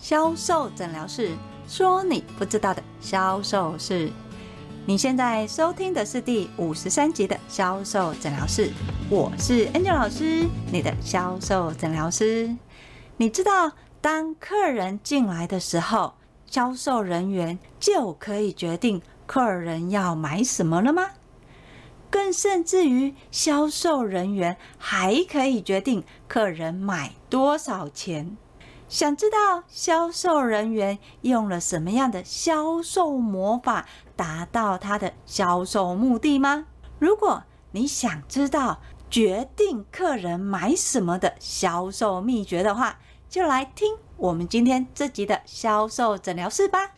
销售诊疗室，说你不知道的销售事。你现在收听的是第53集的销售诊疗室，我是 Angel 老师，你的销售诊疗师。你知道当客人进来的时候，销售人员就可以决定客人要买什么了吗？更甚至于销售人员还可以决定客人买多少钱。想知道销售人员用了什么样的销售魔法达到他的销售目的吗？如果你想知道决定客人买什么的销售秘诀的话，就来听我们今天这集的销售诊疗室吧。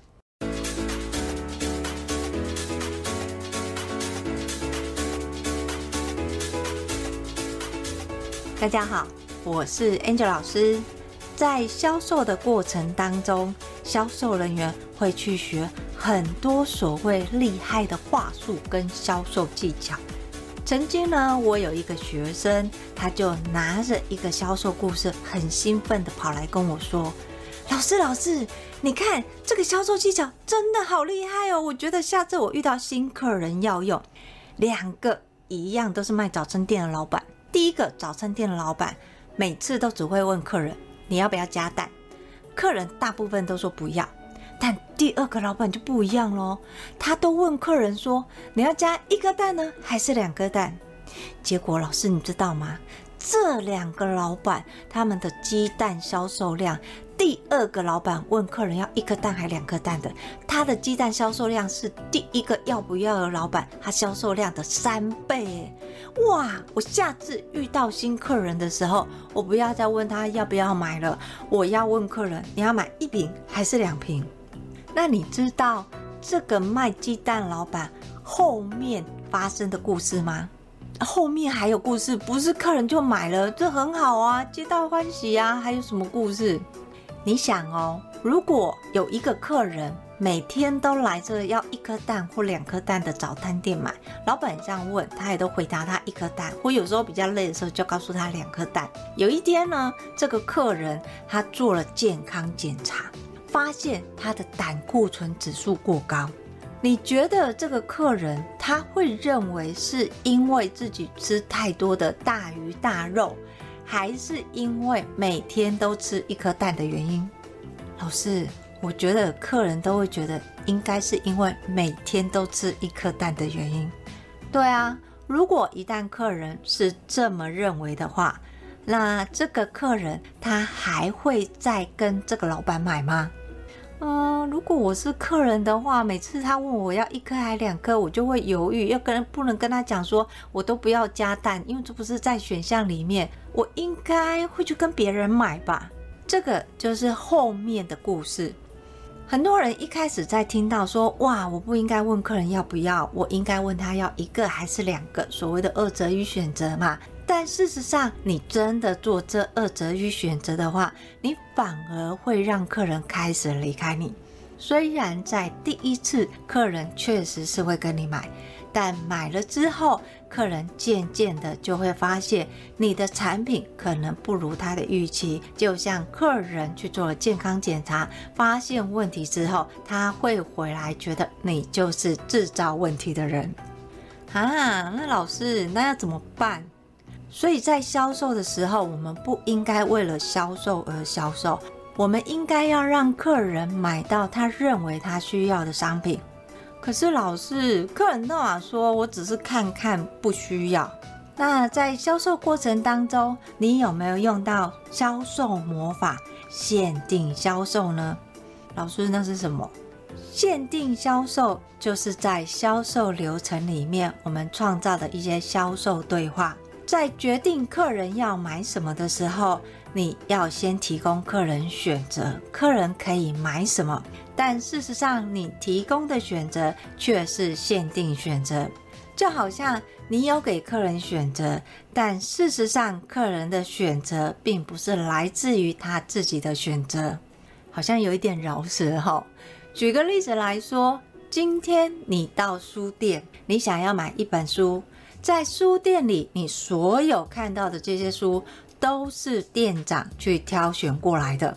大家好，我是 Angel 老师。在销售的过程当中，销售人员会去学很多所谓厉害的话术跟销售技巧。曾经呢，我有一个学生，他就拿着一个销售故事，很兴奋的跑来跟我说：老师，你看这个销售技巧真的好厉害哦！我觉得下次我遇到新客人要用。两个一样都是卖早餐店的老板。第一个早餐店的老板每次都只会问客人你要不要加蛋，客人大部分都说不要。但第二个老板就不一样咯，他都问客人说你要加1颗蛋呢还是2颗蛋。结果老师你知道吗？这两个老板他们的鸡蛋销售量，第二个老板问客人要1颗蛋还2颗蛋的，他的鸡蛋销售量是第一个要不要的老板他销售量的3倍耶。哇，我下次遇到新客人的时候，我不要再问他要不要买了，我要问客人你要买1瓶还是2瓶。那你知道这个卖鸡蛋老板后面发生的故事吗？后面还有故事，不是客人就买了，这很好啊，皆大欢喜啊，还有什么故事？你想哦，如果有一个客人每天都来这要1颗蛋或2颗蛋的早餐店买，老板这样问，他也都回答他1颗蛋，或有时候比较累的时候就告诉他2颗蛋。有一天呢，这个客人他做了健康检查，发现他的胆固醇指数过高。你觉得这个客人他会认为是因为自己吃太多的大鱼大肉，还是因为每天都吃1颗蛋的原因？老师，我觉得客人都会觉得应该是因为每天都吃1颗蛋的原因。对啊，如果一旦客人是这么认为的话，那这个客人他还会再跟这个老板买吗？如果我是客人的话，每次他问我要1颗还2颗，我就会犹豫，不能跟他讲说我都不要加蛋，因为这不是在选项里面，我应该会去跟别人买吧。这个就是后面的故事。很多人一开始在听到说哇，我不应该问客人要不要，我应该问他要1个还是2个，所谓的二择一选择嘛。但事实上你真的做这二择一选择的话，你反而会让客人开始离开你。虽然在第一次客人确实是会跟你买，但买了之后，客人渐渐的就会发现你的产品可能不如他的预期。就像客人去做了健康检查，发现问题之后，他会回来觉得你就是制造问题的人啊。那老师，那要怎么办？所以在销售的时候，我们不应该为了销售而销售，我们应该要让客人买到他认为他需要的商品。可是老师，客人都说我只是看看，不需要。那在销售过程当中，你有没有用到销售魔法限定销售呢？老师，那是什么？限定销售就是在销售流程里面我们创造的一些销售对话。在决定客人要买什么的时候，你要先提供客人选择，客人可以买什么，但事实上你提供的选择却是限定选择。就好像你有给客人选择，但事实上客人的选择并不是来自于他自己的选择，好像有一点饶舌齁。举个例子来说，今天你到书店，你想要买一本书，在书店里你所有看到的这些书都是店长去挑选过来的，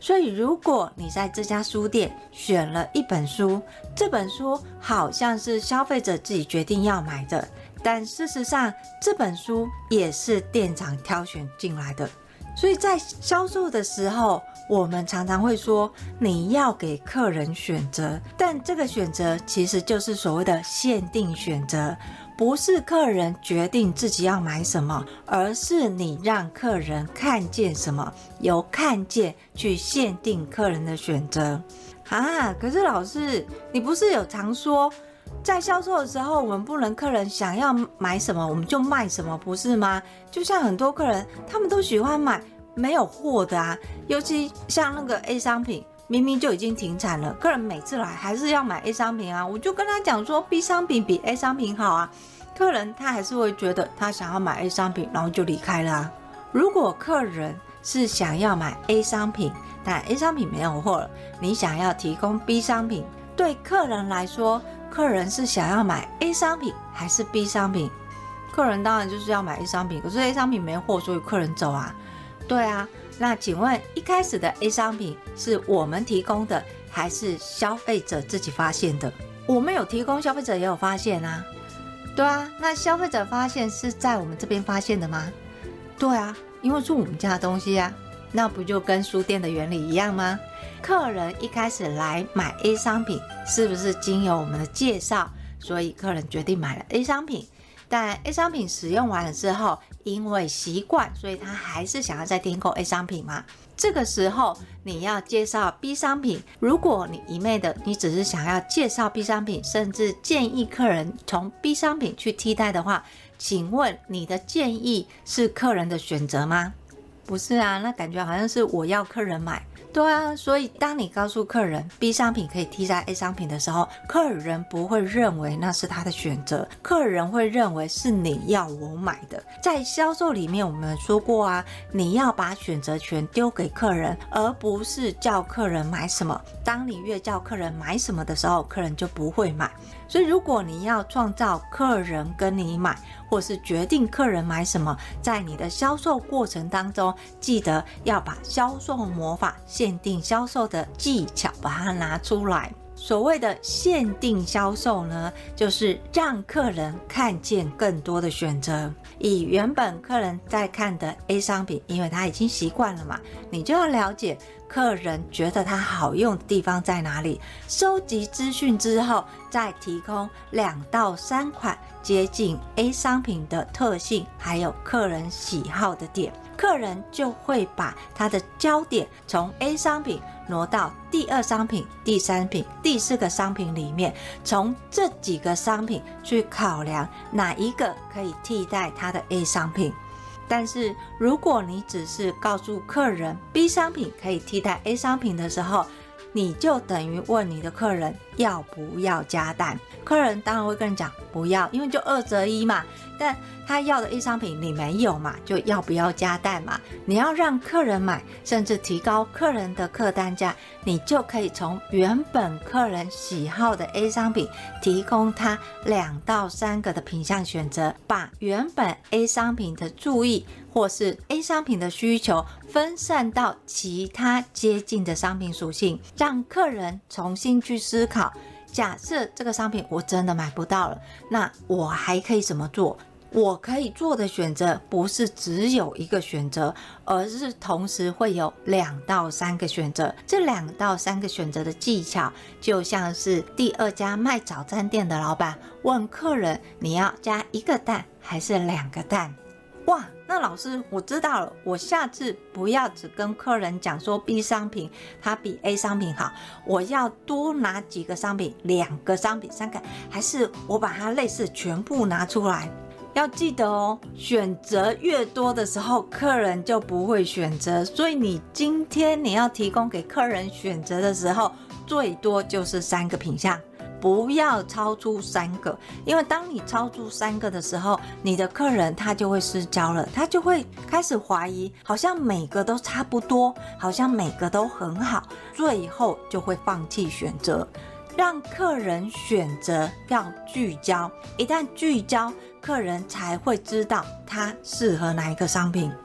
所以如果你在这家书店选了一本书，这本书好像是消费者自己决定要买的，但事实上这本书也是店长挑选进来的。所以在销售的时候，我们常常会说你要给客人选择，但这个选择其实就是所谓的限定选择，不是客人决定自己要买什么，而是你让客人看见什么，由看见去限定客人的选择啊。可是老师，你不是有常说在销售的时候，我们不能客人想要买什么我们就卖什么，不是吗？就像很多客人他们都喜欢买没有货的啊，尤其像那个 A 商品明明就已经停产了，客人每次来还是要买 A 商品啊，我就跟他讲说 B 商品比 A 商品好啊，客人他还是会觉得他想要买 A 商品，然后就离开了啊。如果客人是想要买 A 商品，但 A 商品没有货了，你想要提供 B 商品，对客人来说，客人是想要买 A 商品还是 B 商品？客人当然就是要买 A 商品，可是 A 商品没货，所以客人走啊。对啊，那请问一开始的 A 商品是我们提供的，还是消费者自己发现的？我们有提供，消费者也有发现啊。对啊，那消费者发现是在我们这边发现的吗？对啊，因为是我们家的东西啊，那不就跟书店的原理一样吗？客人一开始来买 A 商品，是不是经由我们的介绍，所以客人决定买了 A 商品？但 A 商品使用完了之后，因为习惯，所以他还是想要再订购 A 商品嘛。这个时候你要介绍 B 商品，如果你一昧的你只是想要介绍 B 商品，甚至建议客人从 B 商品去替代的话，请问你的建议是客人的选择吗？不是啊，那感觉好像是我要客人买。对啊，所以当你告诉客人 B 商品可以替代 A 商品的时候，客人不会认为那是他的选择，客人会认为是你要我买的。在销售里面我们说过啊，你要把选择权丢给客人，而不是叫客人买什么。当你越叫客人买什么的时候，客人就不会买。所以如果你要创造客人跟你买，或是决定客人买什么，在你的销售过程当中，记得要把销售魔法、限定销售的技巧把它拿出来。所谓的限定销售呢，就是让客人看见更多的选择。以原本客人在看的 A 商品，因为他已经习惯了嘛，你就要了解客人觉得它好用的地方在哪里，收集资讯之后，再提供2到3款接近 A 商品的特性，还有客人喜好的点，客人就会把他的焦点从 A 商品挪到第2商品、第3品、第4个商品里面，从这几个商品去考量哪一个可以替代他的 A 商品。但是如果你只是告诉客人 B 商品可以替代 A 商品的时候，你就等于问你的客人要不要加蛋。客人当然会跟你讲不要，因为就2折1嘛，但他要的 A 商品你没有嘛，就要不要加蛋嘛。你要让客人买，甚至提高客人的客单价，你就可以从原本客人喜好的 A 商品提供他2到3个的品项选择，把原本 A 商品的注意或是 A 商品的需求分散到其他接近的商品属性，让客人重新去思考，假设这个商品我真的买不到了，那我还可以怎么做？我可以做的选择不是只有1个选择，而是同时会有2到3个选择。这2到3个选择的技巧，就像是第2家卖早餐店的老板问客人，你要加1个蛋还是2个蛋？哇，那老师我知道了，我下次不要只跟客人讲说 B 商品它比 A 商品好，我要多拿几个商品，2个商品3个，还是我把它类似全部拿出来。要记得哦，选择越多的时候，客人就不会选择。所以你今天你要提供给客人选择的时候，最多就是3个品项，不要超出3个。因为当你超出3个的时候，你的客人他就会失焦了，他就会开始怀疑，好像每个都差不多，好像每个都很好，最后就会放弃选择。让客人选择要聚焦，一旦聚焦，客人才会知道他适合哪一个商品。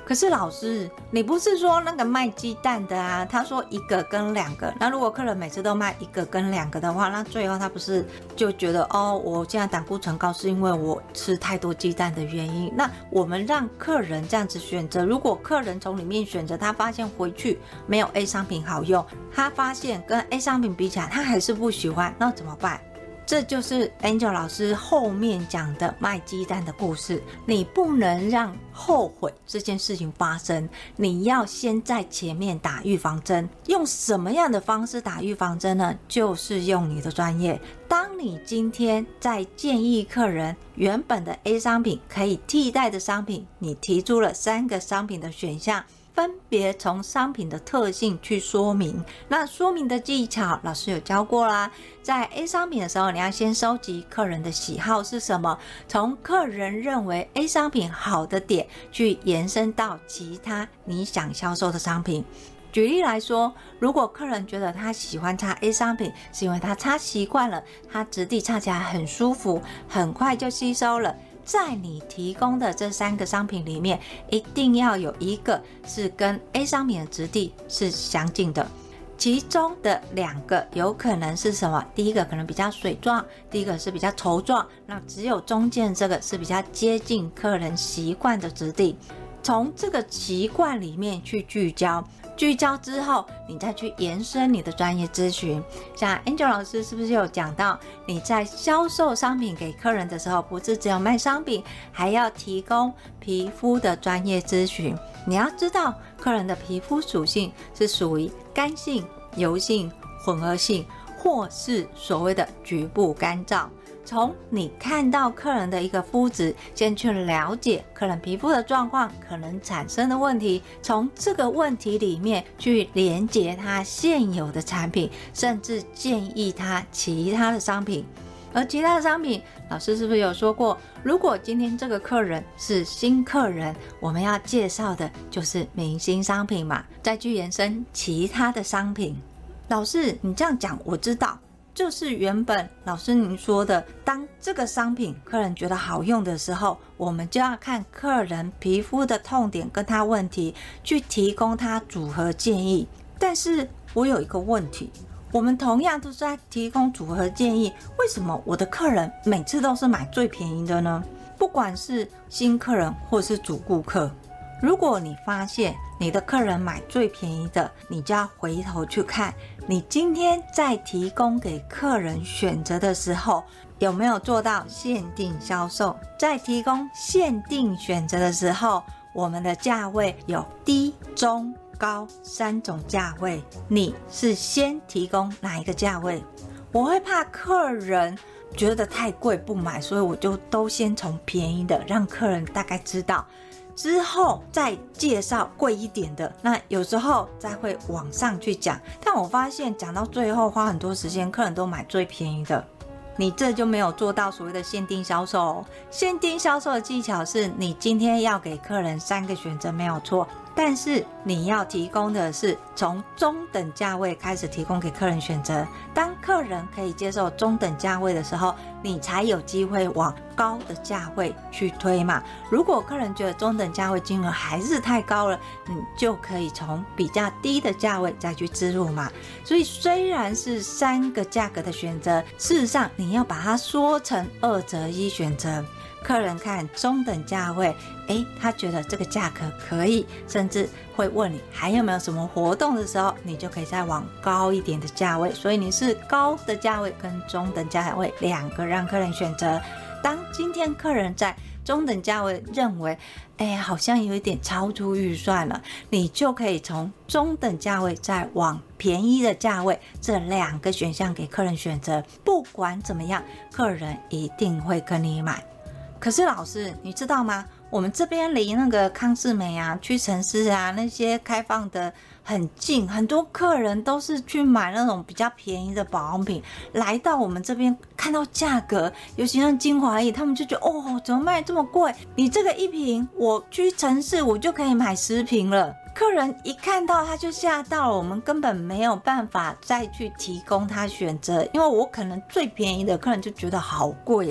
可是老师，你不是说那个卖鸡蛋的啊？他说1个跟2个，那如果客人每次都卖1个跟2个的话，那最后他不是就觉得我现在胆固醇高是因为我吃太多鸡蛋的原因？那我们让客人这样子选择，如果客人从里面选择，他发现回去没有 A 商品好用，他发现跟 A 商品比起来，他还是不喜欢，那怎么办？这就是 Angel 老师后面讲的卖鸡蛋的故事。你不能让后悔这件事情发生，你要先在前面打预防针。用什么样的方式打预防针呢？就是用你的专业。当你今天在建议客人原本的 A 商品可以替代的商品，你提出了3个商品的选项，分别从商品的特性去说明。那说明的技巧老师有教过啦，在 A 商品的时候，你要先收集客人的喜好是什么，从客人认为 A 商品好的点去延伸到其他你想销售的商品。举例来说，如果客人觉得他喜欢擦 A 商品是因为他擦习惯了，他质地擦起来很舒服，很快就吸收了，在你提供的这3个商品里面，一定要有1个是跟 A 商品的质地是相近的，其中的2个有可能是什么？第一个可能比较水状，第一个是比较稠状，那只有中间这个是比较接近客人习惯的质地。从这个习惯里面去聚焦之后，你再去延伸你的专业咨询。像 Angel 老师是不是有讲到，你在销售商品给客人的时候，不是只有卖商品，还要提供皮肤的专业咨询。你要知道客人的皮肤属性是属于干性、油性、混合性，或是所谓的局部干燥。从你看到客人的一个肤质，先去了解客人皮肤的状况可能产生的问题，从这个问题里面去连接他现有的产品，甚至建议他其他的商品。而其他的商品，老师是不是有说过，如果今天这个客人是新客人，我们要介绍的就是明星商品嘛，再去延伸其他的商品。老师你这样讲我知道，就是原本老师您说的，当这个商品客人觉得好用的时候，我们就要看客人皮肤的痛点跟他问题，去提供他组合建议。但是我有一个问题，我们同样都是在提供组合建议，为什么我的客人每次都是买最便宜的呢？不管是新客人或是主顾客，如果你发现你的客人买最便宜的，你就要回头去看，你今天在提供给客人选择的时候，有没有做到限定销售？在提供限定选择的时候，我们的价位有低、中、高3种价位，你是先提供哪一个价位？我会怕客人觉得太贵不买，所以我就都先从便宜的让客人大概知道，之后再介绍贵一点的，那有时候再会往上去讲。但我发现讲到最后花很多时间，客人都买最便宜的，你这就没有做到所谓的限定销售哦。限定销售的技巧是你今天要给客人3个选择没有错，但是你要提供的是从中等价位开始提供给客人选择。当客人可以接受中等价位的时候，你才有机会往高的价位去推嘛。如果客人觉得中等价位金额还是太高了，你就可以从比较低的价位再去置入嘛。所以虽然是3个价格的选择，事实上你要把它说成2择1选择。客人看中等价位，他觉得这个价格可以，甚至会问你还有没有什么活动的时候，你就可以再往高一点的价位。所以你是高的价位跟中等价位2个让客人选择。当今天客人在中等价位认为好像有一点超出预算了，你就可以从中等价位再往便宜的价位，这2个选项给客人选择。不管怎么样，客人一定会跟你买。可是老师你知道吗，我们这边离那个康是美啊、屈臣氏啊那些开放的很近，很多客人都是去买那种比较便宜的保养品，来到我们这边看到价格，尤其那精华液，他们就觉得怎么卖这么贵，你这个1瓶我屈臣氏我就可以买10瓶了。客人一看到他就吓到了，我们根本没有办法再去提供他选择，因为我可能最便宜的客人就觉得好贵哦。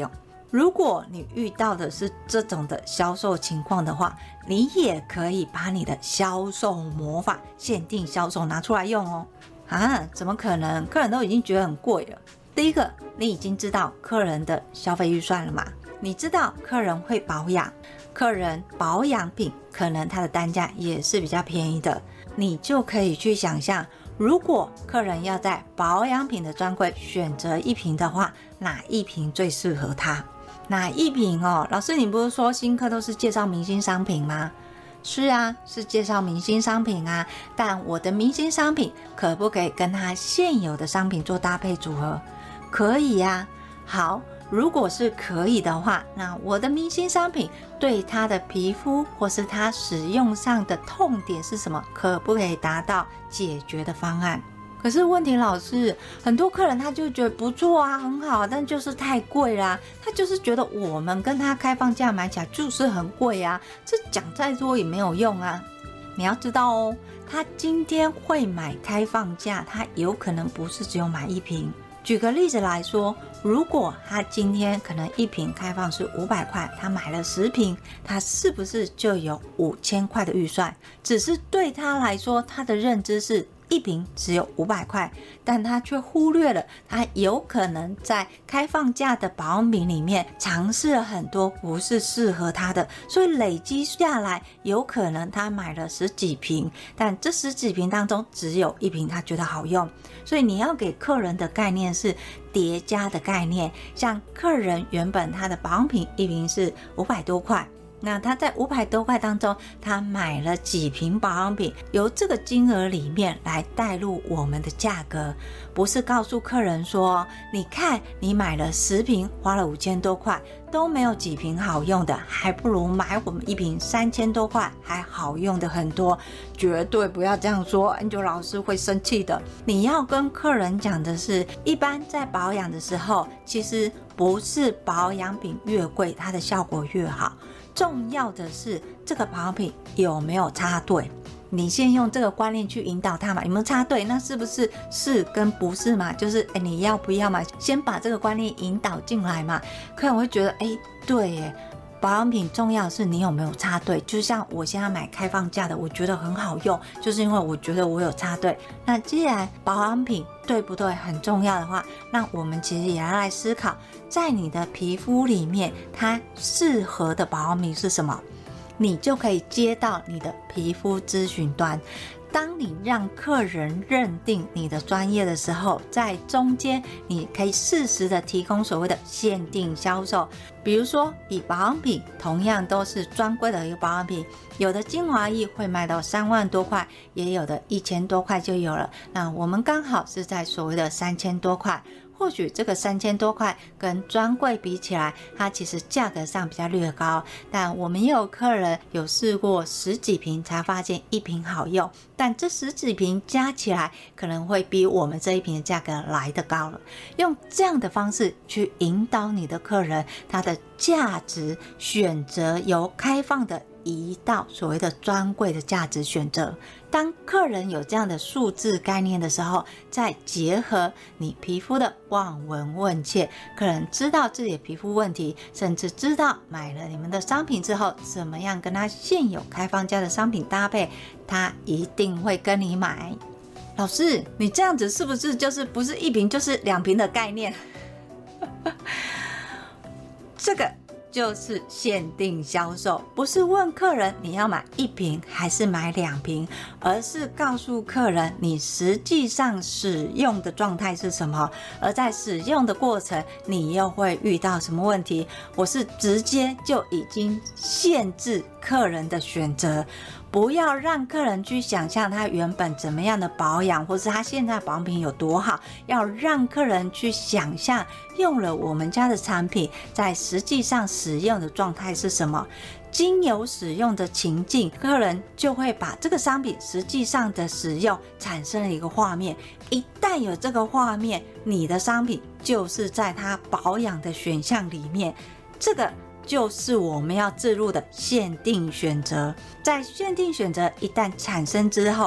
如果你遇到的是这种的销售情况的话，你也可以把你的销售魔法限定销售拿出来用哦。怎么可能？客人都已经觉得很贵了。第一个，你已经知道客人的消费预算了嘛？你知道客人会保养，客人保养品可能它的单价也是比较便宜的，你就可以去想象，如果客人要在保养品的专柜选择一瓶的话，哪一瓶最适合他？哪一瓶哦？老师，你不是说新课都是介绍明星商品吗？是啊，是介绍明星商品啊，但我的明星商品可不可以跟他现有的商品做搭配组合？可以啊。好，如果是可以的话，那我的明星商品对他的皮肤或是他使用上的痛点是什么？可不可以达到解决的方案？可是问题，老师，很多客人他就觉得不错啊，很好，但就是太贵啦，他就是觉得我们跟他开放价买起来就是很贵啊，这讲再多也没有用啊。你要知道哦，他今天会买开放价，他有可能不是只有买一瓶。举个例子来说，如果他今天可能一瓶开放是500块，他买了10瓶，他是不是就有5000块的预算？只是对他来说，他的认知是一瓶只有500块，但他却忽略了他有可能在开放价的保养品里面尝试了很多不是适合他的，所以累积下来有可能他买了10几瓶，但这10几瓶当中只有一瓶他觉得好用。所以你要给客人的概念是叠加的概念，像客人原本他的保养品一瓶是500多块，那他在500多块当中，他买了几瓶保养品，由这个金额里面来带入我们的价格，不是告诉客人说，你看你买了10瓶，花了5000多块，都没有几瓶好用的，还不如买我们一瓶3000多块，还好用的很多。绝对不要这样说，Angel 老师会生气的。你要跟客人讲的是，一般在保养的时候，其实不是保养品越贵，它的效果越好。重要的是这个保养品有没有插对，你先用这个观念去引导他嘛，有没有插对，那是不是是跟不是嘛，就是你要不要嘛，先把这个观念引导进来嘛，客人会觉得对耶，保养品重要的是你有没有插对，就像我现在买开放价的，我觉得很好用，就是因为我觉得我有插对。那既然保养品对不对很重要的话，那我们其实也要来思考，在你的皮肤里面它适合的保养品是什么，你就可以接到你的皮肤咨询端。当你让客人认定你的专业的时候，在中间你可以适时的提供所谓的限定销售。比如说以保养品，同样都是专柜的一个保养品，有的精华液会卖到3万多块，也有的1000多块就有了，那我们刚好是在所谓的3000多块。或许这个3000多块跟专柜比起来，它其实价格上比较略高，但我们也有客人有试过10几瓶才发现一瓶好用，但这10几瓶加起来可能会比我们这一瓶的价格来得高了。用这样的方式去引导你的客人，他的价值选择由开放的移到所谓的专柜的价值选择。当客人有这样的数字概念的时候，再结合你皮肤的望闻问切，客人知道自己的皮肤问题，甚至知道买了你们的商品之后怎么样跟他现有开放价的商品搭配，他一定会跟你买。老师，你这样子是不是就是不是一瓶就是2瓶的概念？这个就是限定销售，不是问客人你要买1瓶还是买2瓶，而是告诉客人你实际上使用的状态是什么，而在使用的过程你又会遇到什么问题。我是直接就已经限制客人的选择，不要让客人去想象他原本怎么样的保养，或是他现在保养品有多好，要让客人去想象用了我们家的产品在实际上使用的状态是什么。经由使用的情境，客人就会把这个商品实际上的使用产生了一个画面，一旦有这个画面，你的商品就是在他保养的选项里面，这个就是我们要置入的限定选择。在限定选择一旦产生之后，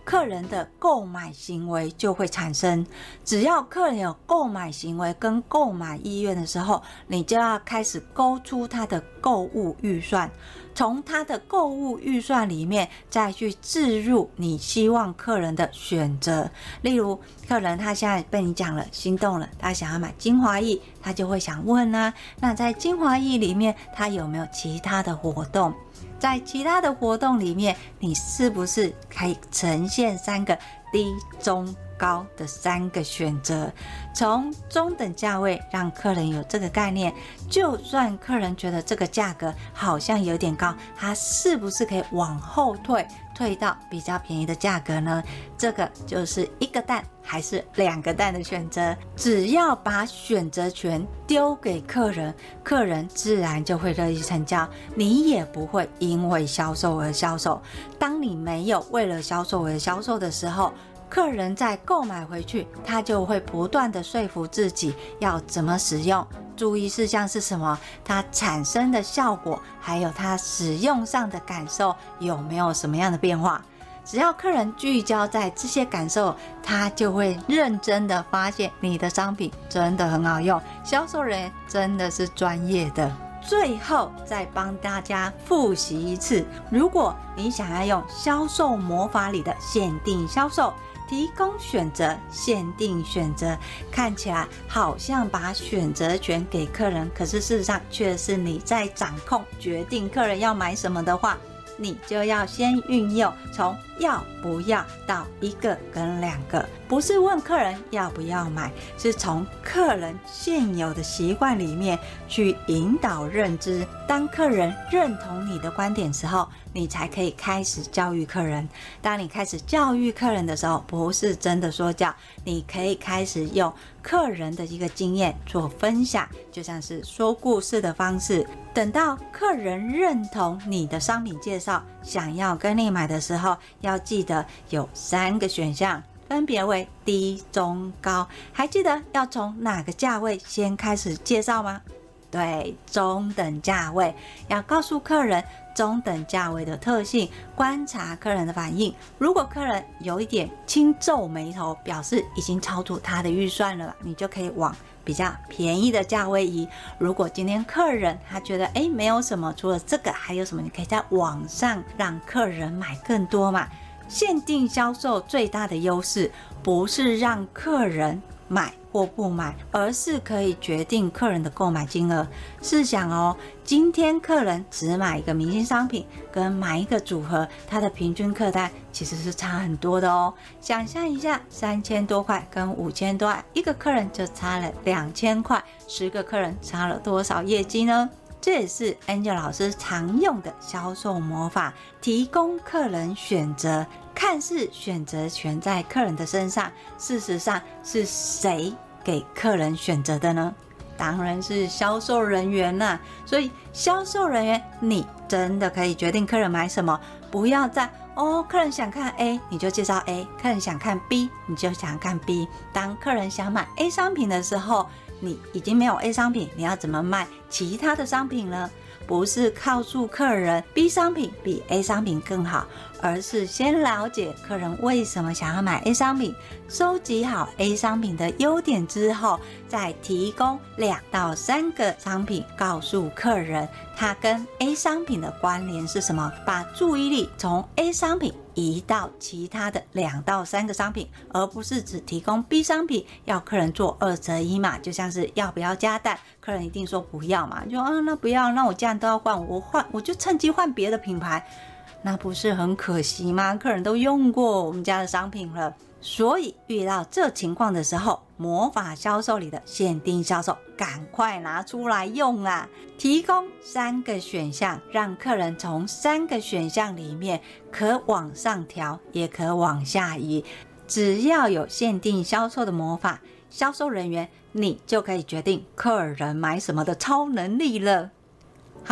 客人的购买行为就会产生。只要客人有购买行为跟购买意愿的时候，你就要开始勾出他的购物预算，从他的购物预算里面再去置入你希望客人的选择。例如客人他现在被你讲了心动了，他想要买精华液，他就会想问啊，那在精华液里面他有没有其他的活动，在其他的活动里面你是不是可以呈现3个低中高的3个选择，从中等价位让客人有这个概念，就算客人觉得这个价格好像有点高，他是不是可以往后退到比较便宜的价格呢？这个就是1个蛋还是2个蛋的选择。只要把选择权丢给客人，客人自然就会乐意成交，你也不会因为销售而销售。当你没有为了销售而销售的时候，客人再购买回去，他就会不断的说服自己要怎么使用，注意事项是什么，它产生的效果，还有它使用上的感受有没有什么样的变化。只要客人聚焦在这些感受，他就会认真的发现你的商品真的很好用，销售人员真的是专业的。最后再帮大家复习一次，如果你想要用销售魔法里的限定销售，提供选择，限定选择，看起来好像把选择权给客人，可是事实上却是你在掌控决定客人要买什么的话，你就要先运用从要不要到1个跟2个，不是问客人要不要买，是从客人现有的习惯里面去引导认知。当客人认同你的观点时候，你才可以开始教育客人。当你开始教育客人的时候，不是真的说教，你可以开始用客人的一个经验做分享，就像是说故事的方式。等到客人认同你的商品介绍，想要跟你买的时候，要记得有3个选项，分别为低、中、高。还记得要从哪个价位先开始介绍吗？对，中等价位。要告诉客人中等价位的特性，观察客人的反应。如果客人有一点轻皱眉头，表示已经超出他的预算了，你就可以往比较便宜的价位移。如果今天客人他觉得没有什么，除了这个还有什么，你可以在网上让客人买更多嘛。限定销售最大的优势不是让客人买或不买，而是可以决定客人的购买金额。试想哦，今天客人只买一个明星商品跟买一个组合，他的平均客单其实是差很多的哦。想象一下，3000多块跟5000多块，一个客人就差了2000块，10个客人差了多少业绩呢？这也是 Angel 老师常用的销售魔法，提供客人选择。看似选择权在客人的身上，事实上是谁给客人选择的呢？当然是销售人员啦。所以销售人员，你真的可以决定客人买什么，不要在客人想看 A 你就介绍 A， 客人想看 B 你就想看 B。 当客人想买 A 商品的时候，你已经没有 A 商品，你要怎么卖其他的商品呢？不是告诉客人 B 商品比 A 商品更好，而是先了解客人为什么想要买 A 商品，收集好 A 商品的优点之后，再提供2到3个商品，告诉客人它跟 A 商品的关联是什么，把注意力从 A 商品移到其他的2到3个商品，而不是只提供 B 商品，要客人做2折1嘛。就像是要不要加蛋，客人一定说不要嘛，就那不要，那我既然都要换，我就趁机换别的品牌，那不是很可惜吗？客人都用过我们家的商品了。所以遇到这情况的时候，魔法销售里的限定销售赶快拿出来用啊！提供3个选项，让客人从3个选项里面可往上调也可往下移。只要有限定销售的魔法，销售人员你就可以决定客人买什么的超能力了。好，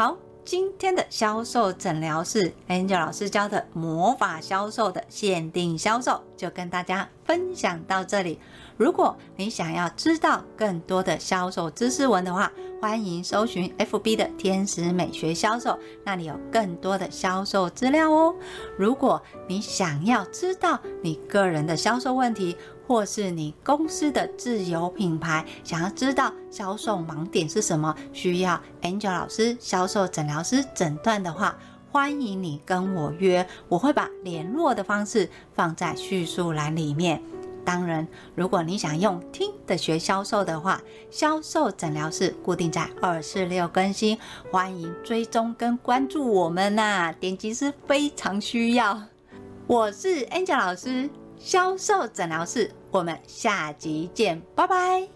今天的销售诊疗室 Angel 老师教的魔法销售的限定销售就跟大家分享到这里。如果你想要知道更多的销售知识文的话，欢迎搜寻 FB 的天使美学销售，那里有更多的销售资料哦。如果你想要知道你个人的销售问题，或是你公司的自有品牌，想要知道销售盲点是什么，需要 Angel 老师销售诊疗师诊断的话，欢迎你跟我约，我会把联络的方式放在叙述栏里面。当然，如果你想用听的学销售的话，销售诊疗室固定在246更新，欢迎追踪跟关注我们啊，点击是非常需要。我是 Angel 老师，销售诊疗室，我们下集见，拜拜。